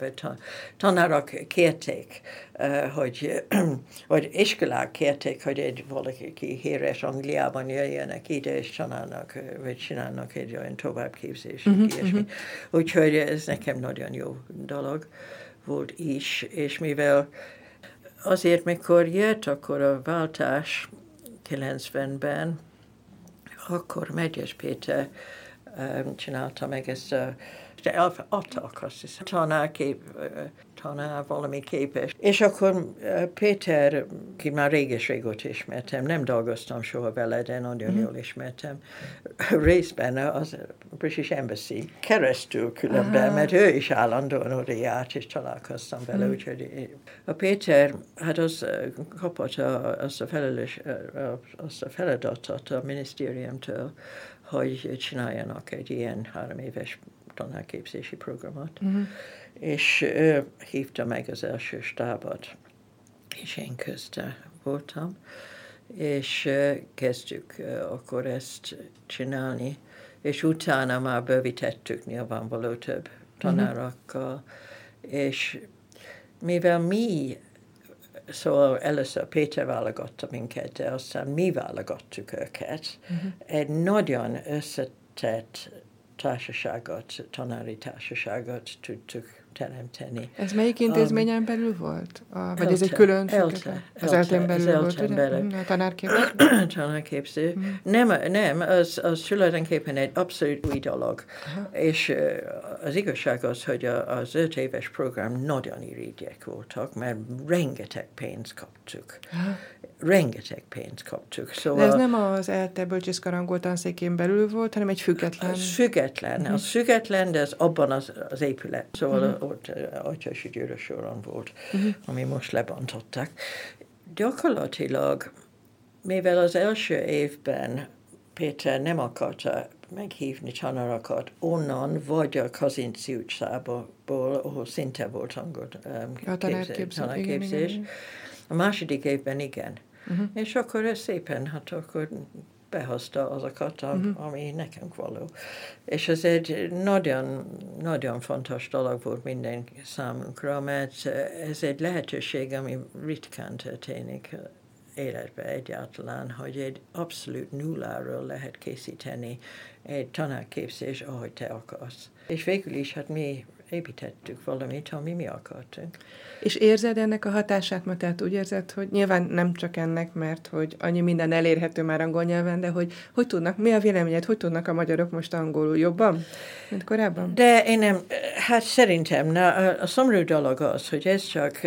Tanárok kérték, hogy, vagy iskolák kérték, hogy egy valaki híres Angliában jöjjenek ide, és tanálnak, vagy csinálnak egy olyan továbbképzést, uh-huh, ilyesmi. Uh-huh. Úgyhogy ez nekem nagyon jó dolog volt is, és mivel azért, mikor jött akkor a váltás kilencvenben, akkor Megyes Péter um, csinálta meg ezt a, de adtak azt hiszem, tanárkép, tanár valami képes. És akkor uh, Péter, ki már réges-régóta ismertem, nem dolgoztam soha vele, de nagyon mm. jól ismertem, részben az British Embassy keresztül különben, aha, mert ő is állandóan oda járt, és találkoztam vele, mm. úgyhogy a Péter, hát az kapott a, azt, a felelős, azt a feladatot a minisztériumtól, hogy csináljanak egy ilyen három éves tanárképzési programot, uh-huh. és ő hívta meg az első stábot, és én közte voltam, és kezdjük akkor ezt csinálni, és utána már bővítettük nyilvánvaló több tanárakkal, uh-huh. és mivel mi, szóval először Péter válogatta minket, de aztán mi válogattuk őket, uh-huh. egy nagyon összetett társaságot, tanári társaságot tudtuk teremteni. Ez melyik intézményen um, belül volt? A, vagy ELTE, ez egy külön ELTE, az ELTE-n belül az volt, ugye? A tanárképzés? Tanárképzés. Mm. Nem, nem az, az tulajdonképpen egy abszolút új dolog. Aha. És az igazság az, hogy az öt éves program nagyon irigyek voltak, mert rengeteg pénzt kaptuk. Aha. Rengeteg pénzt kaptuk. Szóval, de ez nem az ELTE bölcsészkar angol tanszékén belül volt, hanem egy független... Az független, uh-huh. az független, de az abban az, az épület. Szóval uh-huh. ott Atyási Győrő soron volt, uh-huh. ami most lebontották. Gyakorlatilag, mivel az első évben Péter nem akarta meghívni tanárokat onnan, vagy a Kazinczy utcából, ahol szinte volt angol um, tanárképzés. A második évben igen. Uh-huh. És akkor ez szépen, hát akkor behozta azokat, uh-huh. ami nekünk való. És ez egy nagyon, nagyon fontos dolog volt minden számunkra, mert ez egy lehetőség, ami ritkán történik életben egyáltalán, hogy egy abszolút nulláról lehet készíteni egy tanárképzés, ahogy te akarsz. És végül is, hát mi építettük valamit, ami mi akartunk. És érzed ennek a hatását, mert tehát úgy érzed, hogy nyilván nem csak ennek, mert hogy annyi minden elérhető már angol nyelven, de hogy hogy tudnak, mi a véleményed, hogy tudnak a magyarok most angolul jobban, mint korábban? De én nem, hát szerintem, na, a szomorú dolog az, hogy ez csak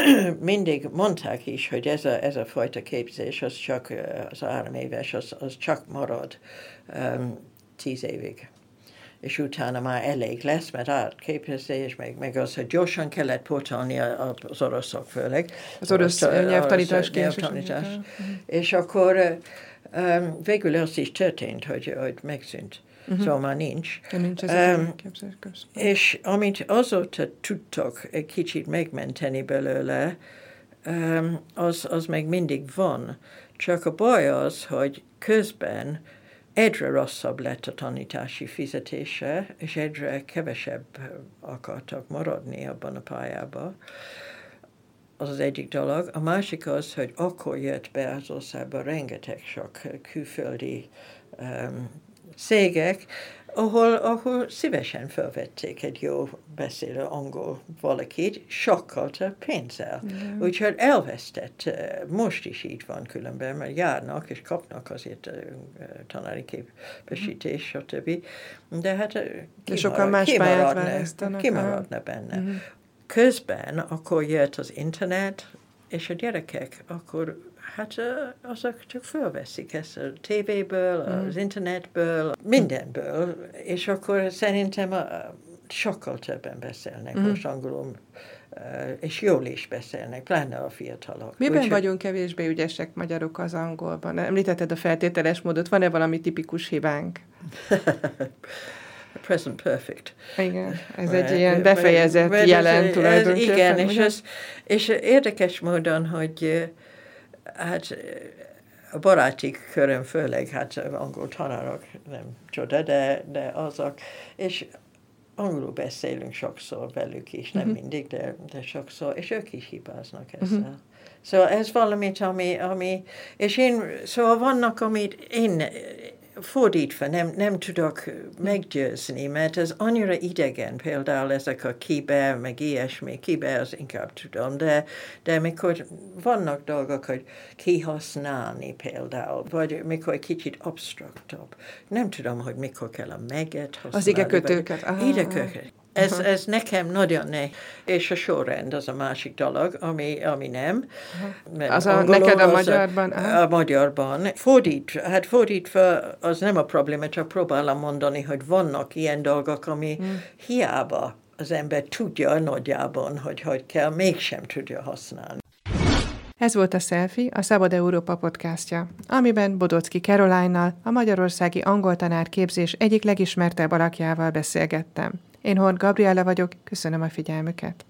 mindig mondták is, hogy ez a, ez a fajta képzés, az csak az három éves, az, az csak marad um, tíz évig. és utána már elég lesz, mert átképzés, meg, meg az, hogy gyorsan kellett pótolni az oroszok főleg. Az orosz nyelvtanítás. nyelvtanítás. És akkor um, végül az is történt, hogy, hogy megszűnt. Uh-huh. Szóval már nincs. nincs ez um, és amit azóta tudtok egy kicsit megmenteni belőle, um, az, az meg mindig van. Csak a baj az, hogy közben egyre rosszabb lett a tanítási fizetése, és egyre kevesebb akartak maradni abban a pályában. Az az egyik dolog. A másik az, hogy akkor jött be az országban rengeteg sok külföldi um, cégek, ahol, ahol szívesen felvették egy jó beszélő angol valakit, sokkal több pénzzel. Mm. Úgyhogy elvesztett, most is így van különben, mert járnak és kapnak azért tanári képesítés, stb. De hát kimarad, kimaradna, kimaradna benne. Mm. Közben akkor jött az internet, és a gyerekek akkor hát azok csak fölveszik ezt a tévéből, az mm. internetből, mindenből, és akkor szerintem a, sokkal többen beszélnek mm. most angolul, és jól is beszélnek, pláne a fiatalok. Miben Úgy, vagyunk kevésbé ügyesek magyarok az angolban? Említetted a feltételes módot, van-e valami tipikus hibánk? Present perfect. Igen, ez egy uh, ilyen befejezett uh, jelen tulajdonképpen. Igen, és, ez, és érdekes módon, hogy hát a baráti köröm főleg, hát angol tanárok, nem csoda, de, de azok, és angolul beszélünk sokszor velük is, nem uh-huh. mindig, de, de sokszor, és ők is hibáznak ezzel. Uh-huh. Szóval ez valamit, ami, ami, és én, szóval vannak, amit én fordítva nem, nem tudok meggyőzni, mert ez annyira idegen, például ezek a kibe, meg ilyesmi, kibe az inkább tudom, de, de mikor vannak dolgok, hogy kihasználni például, vagy mikor kicsit absztraktabb. Nem tudom, hogy mikor kell a meget használni. Az igekötőket. Igekötőket. Ez, ez nekem nagyon nehéz. És a sorrend az a másik dolog, ami, ami nem. Az a, neked a magyarban? A, a magyarban. Fordít, hát fordítva az nem a probléma, csak próbálom mondani, hogy vannak ilyen dolgok, ami hmm. hiába az ember tudja nagyjában, hogy hogy kell, mégsem tudja használni. Ez volt a Selfie, a Szabad Európa podcastja, amiben Bodocki Caroline-nal, a magyarországi angoltanár képzés egyik legismertebb alakjával beszélgettem. Én Horn Gabriella vagyok, köszönöm a figyelmüket.